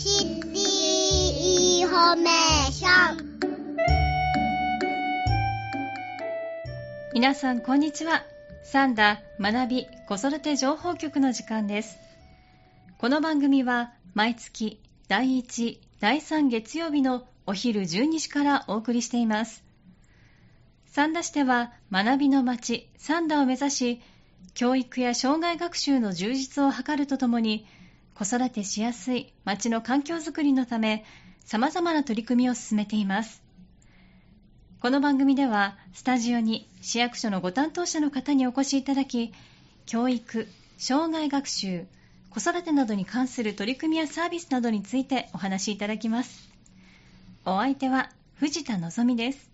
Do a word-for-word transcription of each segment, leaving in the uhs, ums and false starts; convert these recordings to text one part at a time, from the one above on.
シティインフォメーション。 皆さんこんにちは。サンダ学び子育て情報局の時間です。この番組は毎月だいいち、だいさん月曜日のお昼じゅうにじからお送りしています。三田市では学びの街サンダを目指し、教育や障害学習の充実を図るとともに、子育てしやすい街の環境づくりのため、様々な取り組みを進めています。この番組では、スタジオに市役所のご担当者の方にお越しいただき、教育、障害学習、子育てなどに関する取り組みやサービスなどについてお話しいただきます。お相手は藤田のぞみです。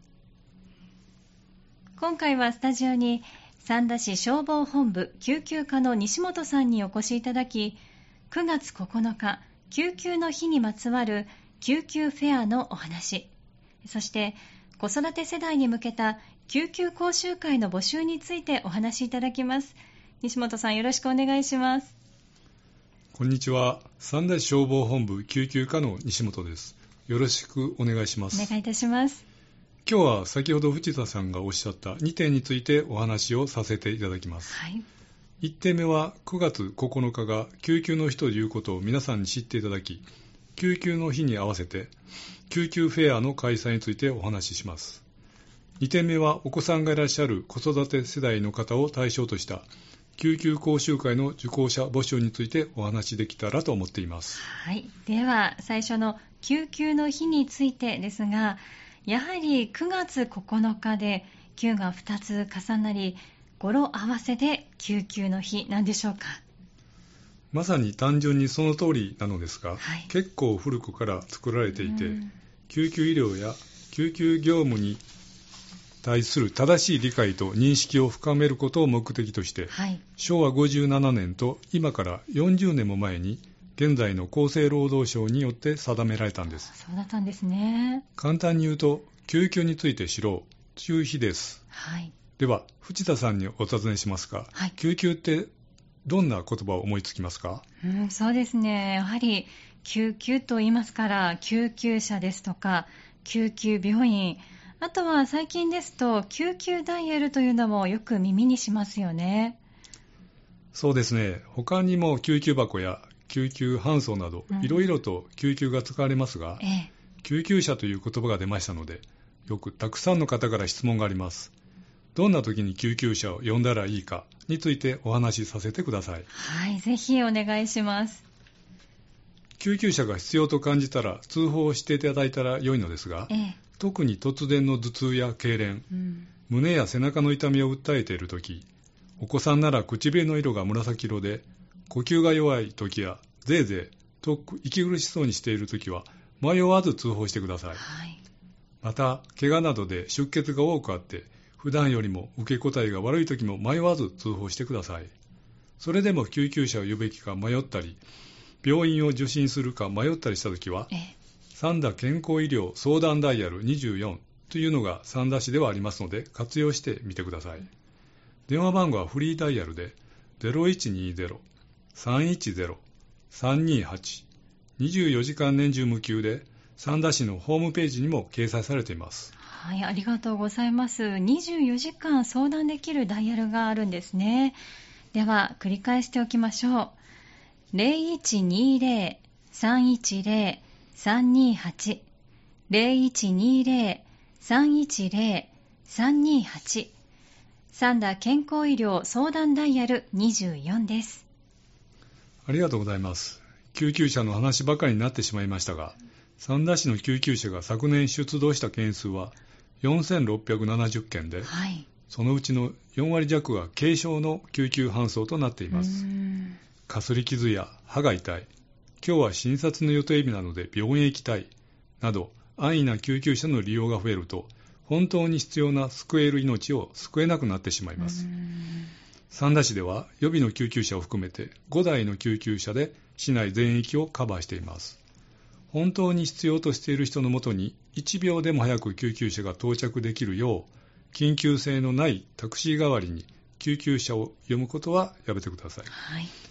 今回はスタジオに三田市消防本部救急課の西本さんにお越しいただき、くがつここのか救急の日にまつわる救急フェアのお話、そして子育て世代に向けた救急講習会の募集についてお話しいただきます。西本さん、よろしくお願いします。 こんにちは。三田市消防本部救急課の西本です。よろしくお願いします。 お願いいたします。 今日は先ほど藤田さんがおっしゃったにてんについてお話をさせていただきます。 はい、 いってんめはくがつここのかが救急の日ということを皆さんに知っていただき、救急の日に合わせて救急フェアの開催についてお話しします。にてんめはお子さんがいらっしゃる子育て世代の方を対象とした救急講習会の受講者募集についてお話しできたらと思っています。 はい、では最初の救急の日についてですが、やはりくがつここのかできゅうがふたつ重なり、語呂合わせで救急の日なんでしょうか。 まさに単純にその通りなのですが、 はい、 結構古くから作られていて、救急医療や救急業務に対する正しい理解と認識を深めることを目的として、はい、しょうわごじゅうななねんと今からよんじゅうねんも前に現在の厚生労働省によって定められたんです。 そうだったんですね。 簡単に言うと、救急について知ろうという日です。 はい、 では藤田さんにお尋ねしますが、はい、救急ってどんな言葉を思いつきますか？ うん、そうですね。やはり救急と言いますから、救急車ですとか救急病院、あとは最近ですと救急ダイヤルというのもよく耳にしますよね。 そうですね。他にも救急箱や救急搬送など、いろいろと救急が使われますが、ええ、救急車という言葉が出ましたので、よくたくさんの方から質問があります。どんな時に救急車を呼んだらいいかについてお話しさせてください。 はい、ぜひお願いします。 救急車が必要と感じたら通報していただいたら良いのですが、ええ、特に突然の頭痛や痙攣、うん、胸や背中の痛みを訴えているとき、お子さんなら唇の色が紫色で呼吸が弱いときやぜいぜいと息苦しそうにしているときは迷わず通報してください。はい、また怪我などで出血が多くあって普段よりも受け答えが悪いときも迷わず通報してください。それでも救急車を呼ぶべきか迷ったり、病院を受診するか迷ったりしたときは、三田健康医療相談ダイヤルにじゅうよんというのが三田市ではありますので活用してみてください。電話番号はフリーダイヤルで ゼロいちにゼロ さんいちゼロ さんにはち、にじゅうよじかん年中無休で三田市のホームページにも掲載されています。 はい、ありがとうございます。にじゅうよじかん相談できるダイヤルがあるんですね。では繰り返しておきましょう。ゼロいちにゼロ さんいちゼロ さんにはち ゼロいちにゼロ さんいちゼロ さんにはち、三田健康医療相談ダイヤルにじゅうよんです。 ありがとうございます。救急車の話ばかりになってしまいましたが、三田市の救急車が昨年出動した件数はよんせんろっぴゃくななじゅっけんで、はい、そのうちのよんわりじゃくが軽症の救急搬送となっています。かすり傷や歯が痛い、今日は診察の予定日なので病院へ行きたいなど、安易な救急車の利用が増えると本当に必要な救える命を救えなくなってしまいます。三田市では予備の救急車を含めてごだいの救急車で市内全域をカバーしています。本当に必要としている人のもとにいちびょうでも早く救急車が到着できるよう、緊急性のないタクシー代わりに救急車を呼ぶことはやめてください。はい、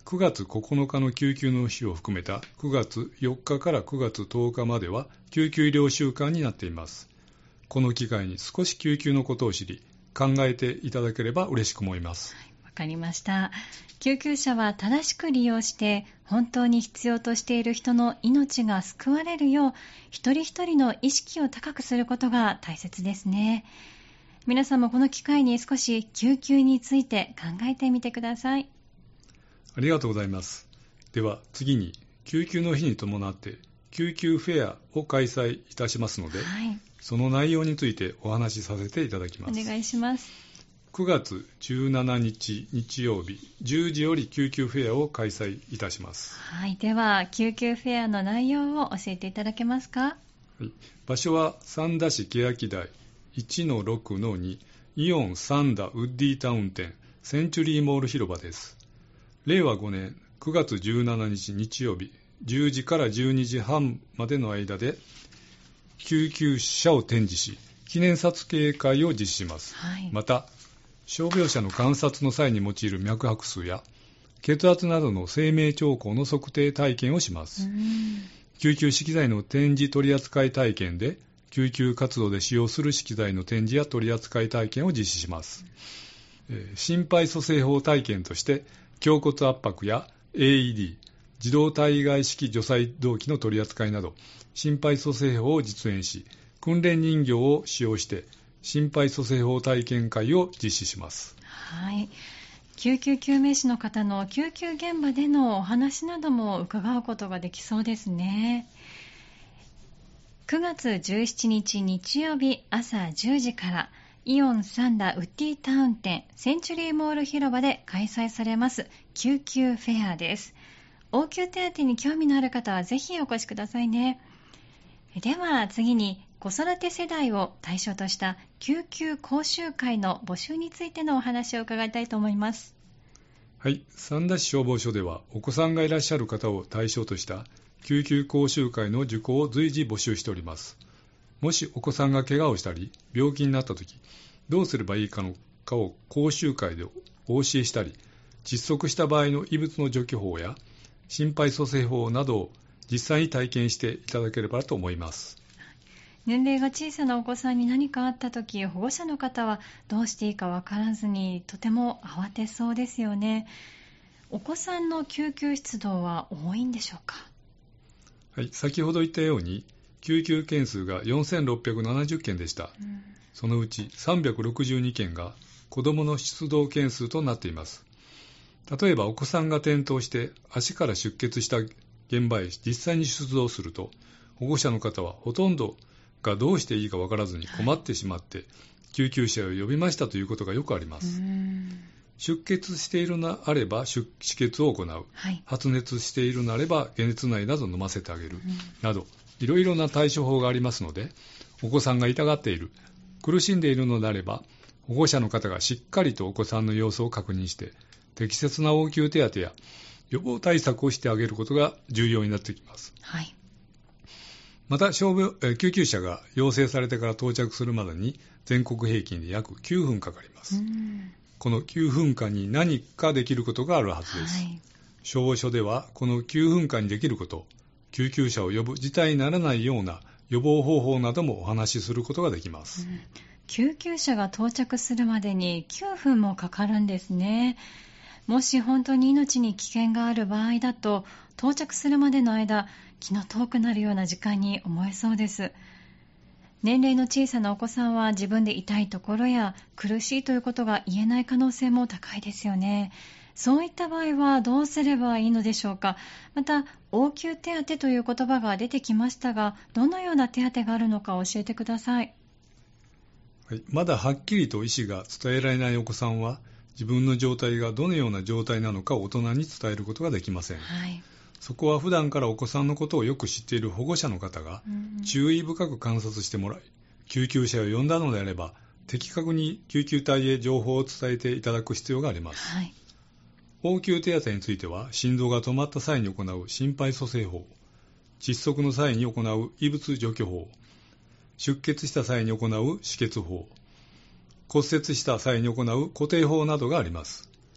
くがつここのかの救急の日を含めたくがつよっかからくがつとおかまでは救急医療週間になっています。この機会に少し救急のことを知り、考えていただければ嬉しく思います。 はい、わかりました。救急車は正しく利用して本当に必要としている人の命が救われるよう、一人一人の意識を高くすることが大切ですね。皆さんもこの機会に少し救急について考えてみてください。 ありがとうございます。では次に救急の日に伴って救急フェアを開催いたしますので、はい、その内容についてお話しさせていただきます。 お願いします。 くがつじゅうしちにち日曜日じゅうじより救急フェアを開催いたします。 はい、では救急フェアの内容を教えていただけますか。はい、場所は三田市欅台 いちのろくのに イオン三田ウッディタウン店センチュリーモール広場です。れいわごねんくがつじゅうしちにち日曜日じゅうじからじゅうにじはんまでの間で救急車を展示し記念撮影会を実施します。はい、また傷病者の観察の際に用いる脈拍数や血圧などの生命兆候の測定体験をします。救急資機材の展示取扱い体験で救急活動で使用する資機材の展示や取扱い体験を実施します。えー、心肺蘇生法体験として胸骨圧迫や エーイーディー、自動体外式除細動器の取り扱いなど心肺蘇生法を実演し、訓練人形を使用して心肺蘇生法体験会を実施します。 はい、救急救命士の方の救急現場でのお話なども伺うことができそうですね。くがつじゅうしちにち日曜日朝じゅうじからイオン三田ウッディタウン店センチュリーモール広場で開催されます救急フェアです。応急手当に興味のある方はぜひお越しくださいね。では次に子育て世代を対象とした救急講習会の募集についてのお話を伺いたいと思います。 はい、三田市消防署ではお子さんがいらっしゃる方を対象とした救急講習会の受講を随時募集しております。もしお子さんが怪我をしたり病気になったときどうすればいいかのかを講習会でお教えしたり、窒息した場合の異物の除去法や心肺蘇生法などを実際に体験していただければと思います。 年齢が小さなお子さんに何かあったとき、保護者の方はどうしていいかわからずにとても慌てそうですよね。お子さんの救急出動は多いんでしょうか。 はい、先ほど言ったように救急件数がよんせんろっぴゃくななじゅっけんでした。うん、そのうちさんびゃくろくじゅうにけんが子どもの出動件数となっています。例えばお子さんが転倒して足から出血した現場へ実際に出動すると、保護者の方はほとんどがどうしていいか分からずに困ってしまって、はい、救急車を呼びましたということがよくあります。出血しているのであれば止血を行う、はい、発熱しているのであれば解熱剤など飲ませてあげる、うん、などいろいろな対処法がありますので、お子さんが痛がっている、苦しんでいるのであれば保護者の方がしっかりとお子さんの様子を確認して適切な応急手当や予防対策をしてあげることが重要になってきます。はい、また消防え救急車が要請されてから到着するまでに全国平均で約きゅうふんかかります。このきゅうふんかんに何かできることがあるはずです。はい、消防署ではこのきゅうふんかんにできること、救急車を呼ぶ事態にならないような予防方法などもお話しすることができます。うん、 救急車が到着するまでにきゅうふんもかかるんですね。もし本当に命に危険がある場合だと、到着するまでの間、気の遠くなるような時間に思えそうです。年齢の小さなお子さんは自分で痛いところや苦しいということが言えない可能性も高いですよね。そういった場合はどうすればいいのでしょうか。また、応急手当という言葉が出てきましたが、どのような手当があるのか教えてください。 はい、まだはっきりと意思が伝えられないお子さんは、自分の状態がどのような状態なのか大人に伝えることができません。はい、そこは普段からお子さんのことをよく知っている保護者の方が注意深く観察してもらい、救急車を呼んだのであれば的確に救急隊へ情報を伝えていただく必要があります。はい、応急手当については心臓が止まった際に行う心肺蘇生法、窒息の際に行う異物除去法、出血した際に行う止血法、骨折した際に行う固定法などがあります。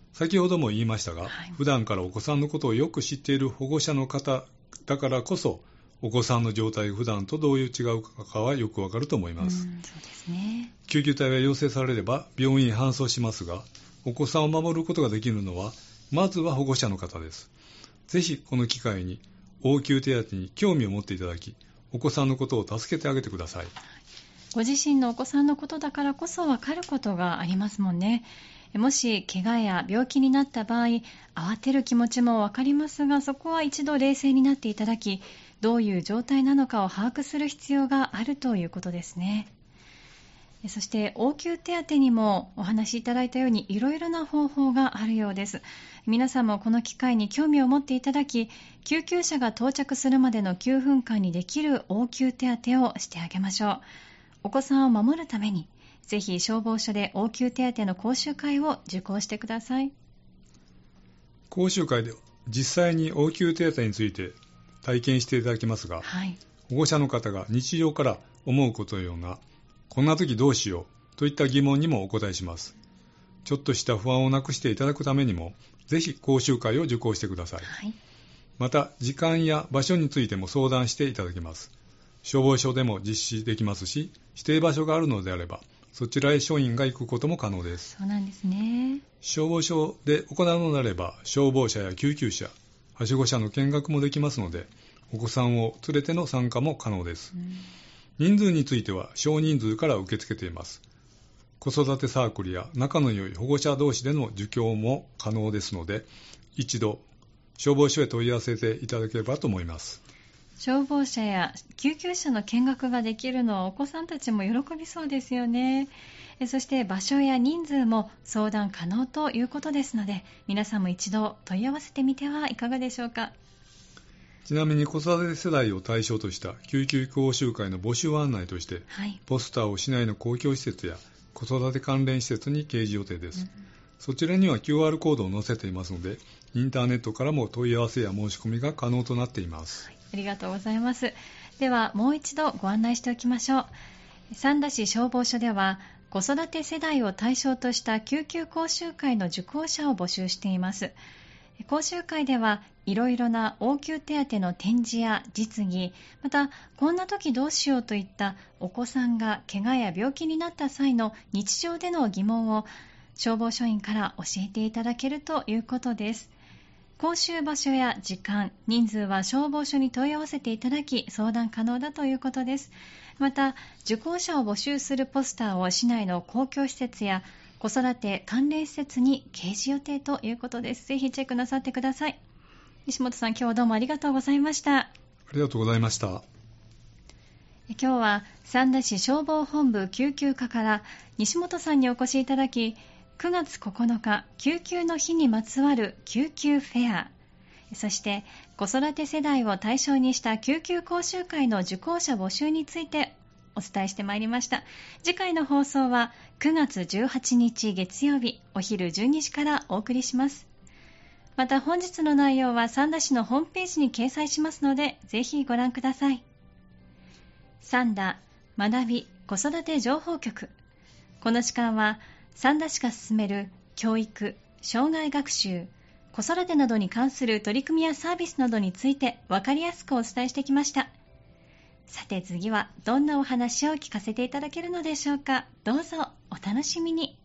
先ほども言いましたが、 はい、 普段からお子さんのことをよく知っている保護者の方だからこそ、お子さんの状態が普段とどういう違うかはよくわかると思います。 うん、そうですね。 救急隊は要請されれば病院へ搬送しますが、お子さんを守ることができるのはまずは保護者の方です。ぜひこの機会に応急手当に興味を持っていただき、お子さんのことを助けてあげてください。 ご自身のお子さんのことだからこそ分かることがありますもんね。もし怪我や病気になった場合、慌てる気持ちも分かりますが、そこは一度冷静になっていただき、どういう状態なのかを把握する必要があるということですね。そして応急手当にもお話しいただいたように、いろいろな方法があるようです。皆さんもこの機会に興味を持っていただき、救急車が到着するまでのきゅうふんかんにできる応急手当をしてあげましょう。お子さんを守るために、ぜひ消防署で応急手当の講習会を受講してください。 講習会では実際に応急手当について体験していただきますが、 はい、 保護者の方が日常から思うことのような、こんな時どうしようといった疑問にもお答えします。ちょっとした不安をなくしていただくためにも、ぜひ講習会を受講してください。 はい、 また時間や場所についても相談していただけます。消防署でも実施できますし、指定場所があるのであればそちらへ署員が行くことも可能です。 そうなんですね。 消防署で行うのであれば、消防車や救急車、はしご車の見学もできますので、お子さんを連れての参加も可能です。うん、人数については少人数から受け付けています。子育てサークルや仲の良い保護者同士での受講も可能ですので、一度消防署へ問い合わせていただければと思います。 消防車や救急車の見学ができるのはお子さんたちも喜びそうですよね。そして場所や人数も相談可能ということですので、皆さんも一度問い合わせてみてはいかがでしょうか。 ちなみに子育て世代を対象とした救急講習会の募集案内として、はい、ポスターを市内の公共施設や子育て関連施設に掲示予定です。うん、そちらには キューアール コードを載せていますので、インターネットからも問い合わせや申し込みが可能となっています。 はい、ありがとうございます。ではもう一度ご案内しておきましょう。三田市消防署では子育て世代を対象とした救急講習会の受講者を募集しています。講習会ではいろいろな応急手当の展示や実技、またこんな時どうしようといったお子さんが怪我や病気になった際の日常での疑問を消防署員から教えていただけるということです。講習場所や時間、人数は消防署に問い合わせていただき相談可能だということです。また受講者を募集するポスターを市内の公共施設や子育て関連施設に掲示予定ということです。ぜひチェックなさってください。西本さん、今日はどうもありがとうございました。 ありがとうございました。 今日は三田市消防本部救急課から西本さんにお越しいただき、くがつここのか救急の日にまつわる救急フェア、そして子育て世代を対象にした救急講習会の受講者募集についてお伝えしてまいりました。次回の放送はくがつじゅうはちにち月曜日お昼じゅうにじからお送りします。また本日の内容は三田市のホームページに掲載しますので、ぜひご覧ください。三田学び子育て情報局、この時間は三田市が進める教育、障害学習、子育てなどに関する取り組みやサービスなどについて分かりやすくお伝えしてきました。さて次はどんなお話を聞かせていただけるのでしょうか。どうぞお楽しみに。